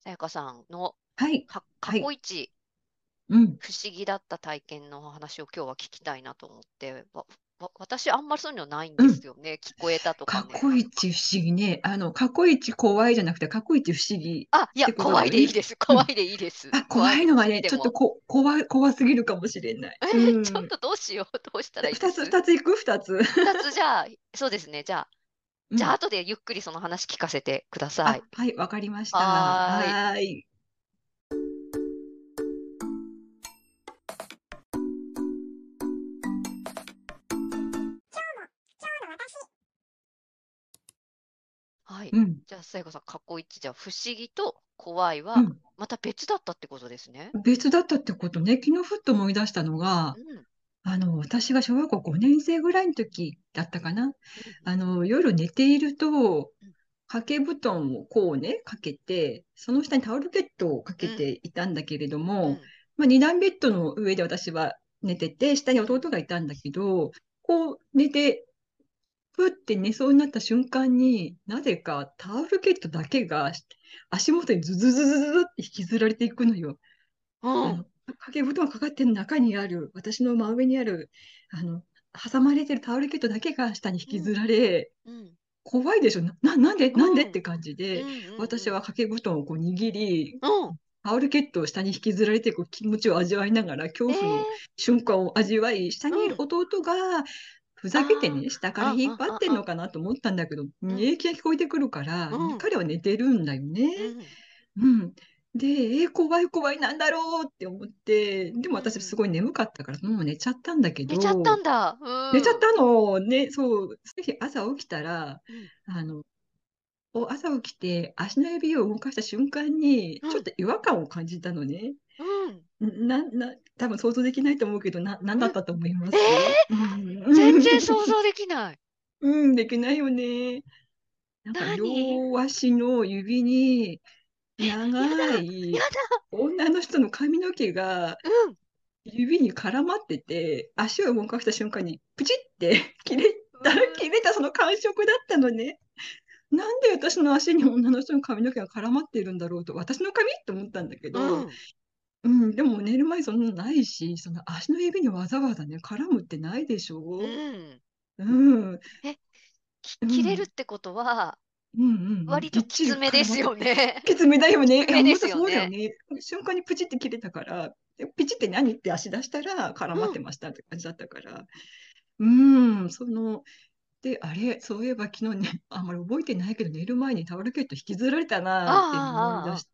さやかさんのはい。 過はい。 去一うん。 不思議だった体験のお話を今日は聞きたいなと思って、私あんまりそういうのないんでうん。 すよね。聞こえたとか過ね。 去一不思議ね。過去一怖いじゃなくて、過去一不思議あ、いや、 ってことだ怖いよね。 でいいです。 うん。 怖いでいいです。 あ、 怖いでも不怖いのはね、ちょっと思議でも。 怖すぎるかもしれない。うちょっん。 とどうしよう。どうしたらいいで二つ、 す？ 二ついく二つ。 二つじゃあ、そうですね。じゃあうん。 後でゆっくりその話聞かせてください。 あ、はい、わかりました。 はーい。 はーい。 はい。 うん。 じゃあ、さやかさん、過去一じゃあ不思議と怖いはうん。 また別だったってことですね。 別だったってことね。昨日ふっと思い出したのが、 うん。 私が小学校5年生ぐらいの時だったかな。 うん。 夜寝ていると、 うん。 掛け布団をこうね、かけて、その下にタオルケットをかけうん。 ていたんだけれども、 うん。 まあ、二段ベッドの上で私は寝てて、下に弟うん。 がいたんだけど、こう寝て、ふって寝そうになった瞬間に、なぜかタオルケットだけが足元にズズズズズズって引きずられていくのよ。 うん。 掛け布団がかかってる中にある、私の真上にある、挟まれてるタオルケットだけが下に引きずうん。 られ、 うん。 怖いでしょ。なんでっうん。 て感じで、 うん。うん。うん。 私は掛け布団をこう握り、 うん。 タオルケットを下に引きずられていく気持ちを味わいながら、恐怖の瞬間を味わい、下にいるうん。 弟が、ふざけてあね、下からあ。 引っ張ってんのああ。 かなと思ったんだけど、 うん。 寝息が聞こえてくるから、 うん。 彼は寝てるんだよね。 うん。 うん。で、怖い怖いなんだろうって思って、でも私すうん。 ごい眠かったから、そのまま寝ちゃったんだけ寝ちゃったど、 んだ。 寝ちゃっうん。 たのね、そう、ぜひ朝起きたら、 うん。 あの、朝起きて足の指を動かした瞬間に、 うん。 ちょっと違和感を感じたのね。 うん。 多分想像できないと思うけど、何だうん。 ったと思いまえー、 す？うん。 全然想像できない。 うん、できないよね。なんか何？ 両足の指にや長だ。やいだ。 女の人の髪の毛がうん。 指に絡まってて、足を動かした瞬間にプチってうー。 切れたその感触だったのね。なんで私の足に女の人の髪の毛が絡まっているんだろうと、私の髪と思ったんだけうど、 ん。 うん、でも寝る前そんなのないし、その足の指にわざわざね、絡むってないでしうょ？ ん。 うん、 え、切れるっうん、 てことは、 うん、うん、うん、 割ときぎっちりつめです絡まってる。 よね。 きつめだよね。いや、 きつめで本当そうだよすよね。 ね。瞬間にプチって切れたから、ピチって何って足出したら絡まってうん。 ましたって感じだったから。で、あれ、そういえば昨日ね、あんまり覚えてないけど、寝る前にタオルケット引きずられたあなーって思いあ、ああ、ああ。 出して、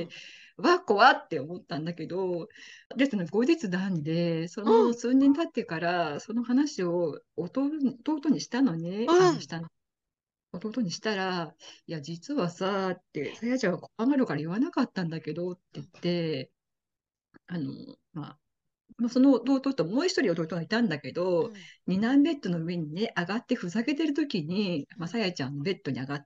うん。 怖って思ったんだけど、ですね、後日談で、そうん。 の数年経ってから、その話を弟にしたのね、 うん。 弟にしたら、いや、実はさ、って、さやちゃんは怖がるから言わなかったんだけどって言っうん。 て、あの、まあ、その弟ともう一人弟がいたんだけど、 うん。 二段ベッドの上にね、上がってふざけてる時に、まあ、さやちゃんのベッドに上がって、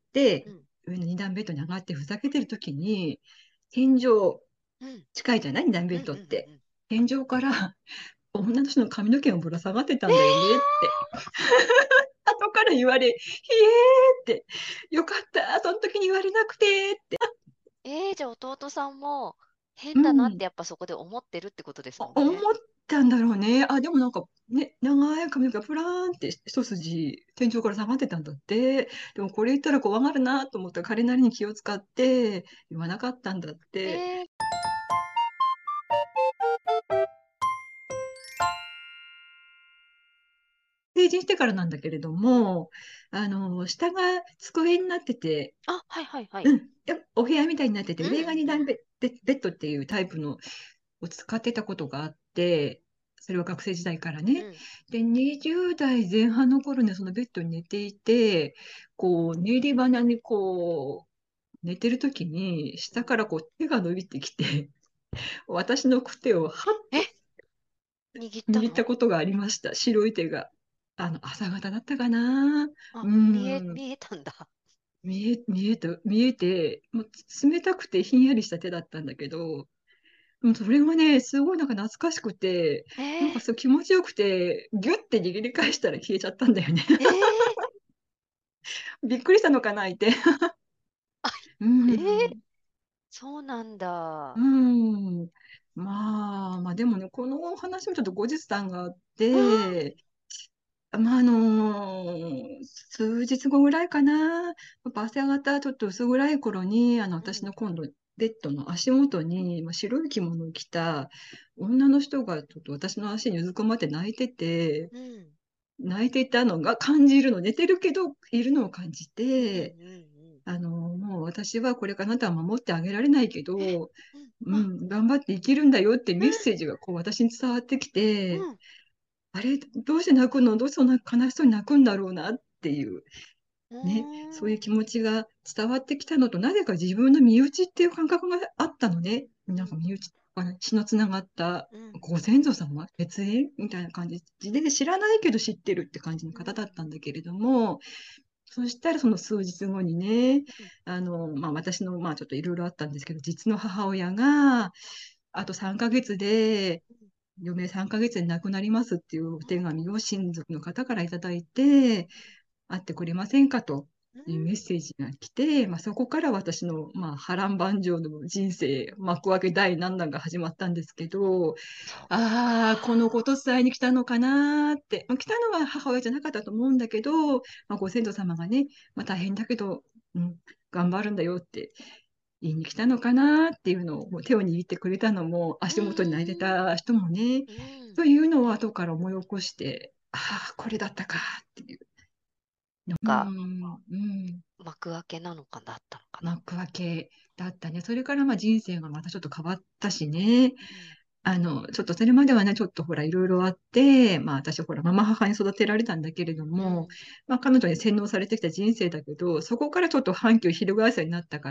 うん。 上の二段ベッドに上がってふざけてる時に、天井、 うん。 近いじゃない二段ベうん。うん。 ッドって。 うん。 天井から女の人の髪の毛がぶら下がってたんだよねっえて。後から言われ、ひえーって、よかった、その時に言われなくてって。 じゃあ弟さんもう変だなってん。 やっぱそこで思ってるってことですもん思っね。 たんだろうね。あ、でもなんかね、長い髪の毛がプラーンって一筋天井から下がってたんだって。でもこれ言ったら怖がるなと思ったら彼なりに気を使って言わなかったんだって。 えー、 成人してからなんだけれども、下が机になってて、 あ、はいはいはい。 うん、お部屋みたいになってて、 うん。 上が二うん。 段ベッドっていうタイプのを使ってたことがあって、それは学生時代からね。 うん。 で、20代前半の頃ね、そのベッドに寝ていて、こう、寝入り鼻にこう、寝てる時に、 うん。 下からこう手が伸びてきて、私の手をはっえ、 て握った握ったの？ ことがありました。白い手が。朝方だったかな。 あ、 うん。 見えたんだ。 見えて、もう冷たくてひんやりした手だったんだけど、うん、それがね、すごいなんか懐かしくて、 えー、 なんかそう気持ちよくて、ギュッて握り返したら消えちゃったんだよね。 えー、 びっくりしたのかな、いて。 あ、 うえー、 ん。 そうなんうだ。 ん。まあでもね、このお話もちょっと後日談があっうんて、数日後ぐらいかな。朝方ちょっと薄暗い頃に、私うんの今度、ベッドの足元に、白い着物を着た女の人がちょっと私の足にうずくまって泣いてて、 うん泣いていたのが感じるの、寝てるけど、いるのを感じうんうんて、 うんもう私はこれからあなたは守ってあげられないけど、 うんあうん、頑張って生きるんだよってメッセージがこう私に伝わってきて、 うんあれ、どうして泣くの、どうしてそんな悲しそうに泣くんだろうなっていう、 うね、そういうん気持ちが伝わってきたのと、なぜか自分の身内っていう感覚があったのね。なんか身内、血のつながったうんご先祖様、血縁みたいな感じで、知らないけど知ってるって感じのうん方だったんだけれども、そしたらその数日後にね、 うん私の、ちょっといろいろあったんですけど、実の母親が、あと3ヶ月で、余命3ヶ月で亡くなりますっていうお手紙を親族の方からいただいて、会ってくれませんかというメッセージが来て、そこから私の、波乱万丈の人生、幕開け第何弾が始まったんですけど、 そっああ、このか。 こと伝えに来たのかなーって。来たのは母親じゃなかったと思うんだけど、ご先祖様がね、大変だけど、うん、頑張るんだよって言いに来たのかなっていうのを、もう手を握ってくれたのも、 う足元に泣いてんた人もね、 うんというのを後から思い起こして、ああ、これだったかっていう。うかん、うん、 幕開けなのかだったのかな。 幕開けだったね。それから人生がまたちょっと変わったしね。 うんちょっとそれまではね、ちょっとほら、いろいろあって、私ほら、ママ母に育てられたんだけれども、 うん彼女に洗脳されてきた人生だけど、そこからちょっと反旗を翻すようになったから、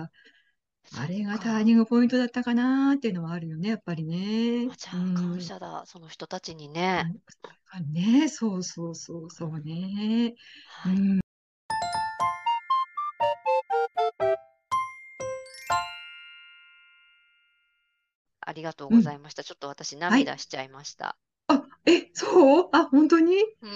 そっあれがターニか。 ングポイントだったかなっていうのはあるよね、やっぱりね。 あ、じゃうあ感ん。 謝だ、その人たちにね。 ね、そうそうそうそうね。うはい。 ん。 ありがとううん。 ございました。ちょっと私はい。 涙しちゃいました。 そう本当に。 うん。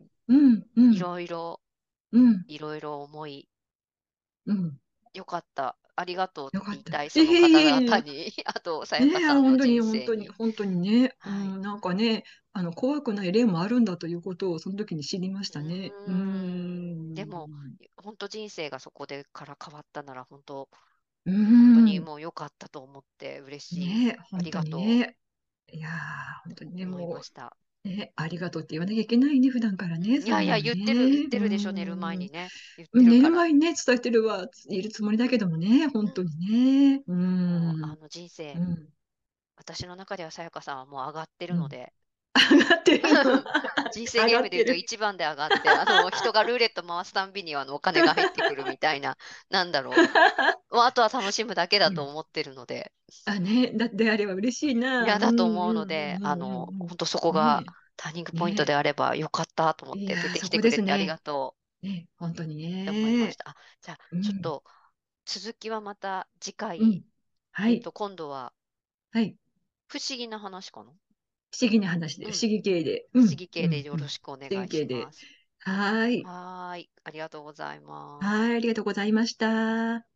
うん、ういん、 ろいろ、 うん、 いろいろ思い、 うん。 よかった。ありがとうってよかった。 言いたい、その方々に。あと、さやかねえ、 さんの人本当に、本当に、 生に。 本当にね。うはい。 ん、なんかね、怖くない例もあるんだということを、その時に知りましうたね。うーでも、 ん。 本当人生がそこでから変わったなら、 うー本当にん。 もう良かったと思って嬉しい。 ねえ、 あり本当がとにね。いやー、本当にね、 うと思いまもした。 う、ね、ありがとうって言わなきゃいけないね、普段からね、 うん、いやいや、 そういうのは言っね。うーてるでしょ、寝る前ん。 にね。言って寝るから。 る前にね、伝えてるわ、いるつもりだけどもね、 うん、 本当にね。うーもう、 ん。 人生、 うん。 私の中ではさやかさんはもう上がってるうん。 ので、 上がってるの。 人生上ゲームで言うとがってる。 一番で上がって、人がルーレット回すたんびにお金が入ってくるみたいな、なんだろう。もうあとは楽しむだけだうん。 と思ってるので、 ね、だってあれば嬉しいな。 いや、 うん、うだと思うのん、 で、 うん、うん、うん。 本当そこがねターニングえ、 ポイントでねあればよかったと思っえ。いて、出やー、 てきそこてくれてありですね。 がとね、本当にうって思いましね。 た。あ、じゃあ、 うん、 ちょっと続きはまた次回、 うん。はい、 今度ははい。 不思議な話かな。 不思議な話で、 うん、 不思議系で。 不うん、 思議系でうん、うん。 よろしくお不思願い議系で。 します。 はーい。 はーい、ありがとうございます。 はーい、ありがとうございました。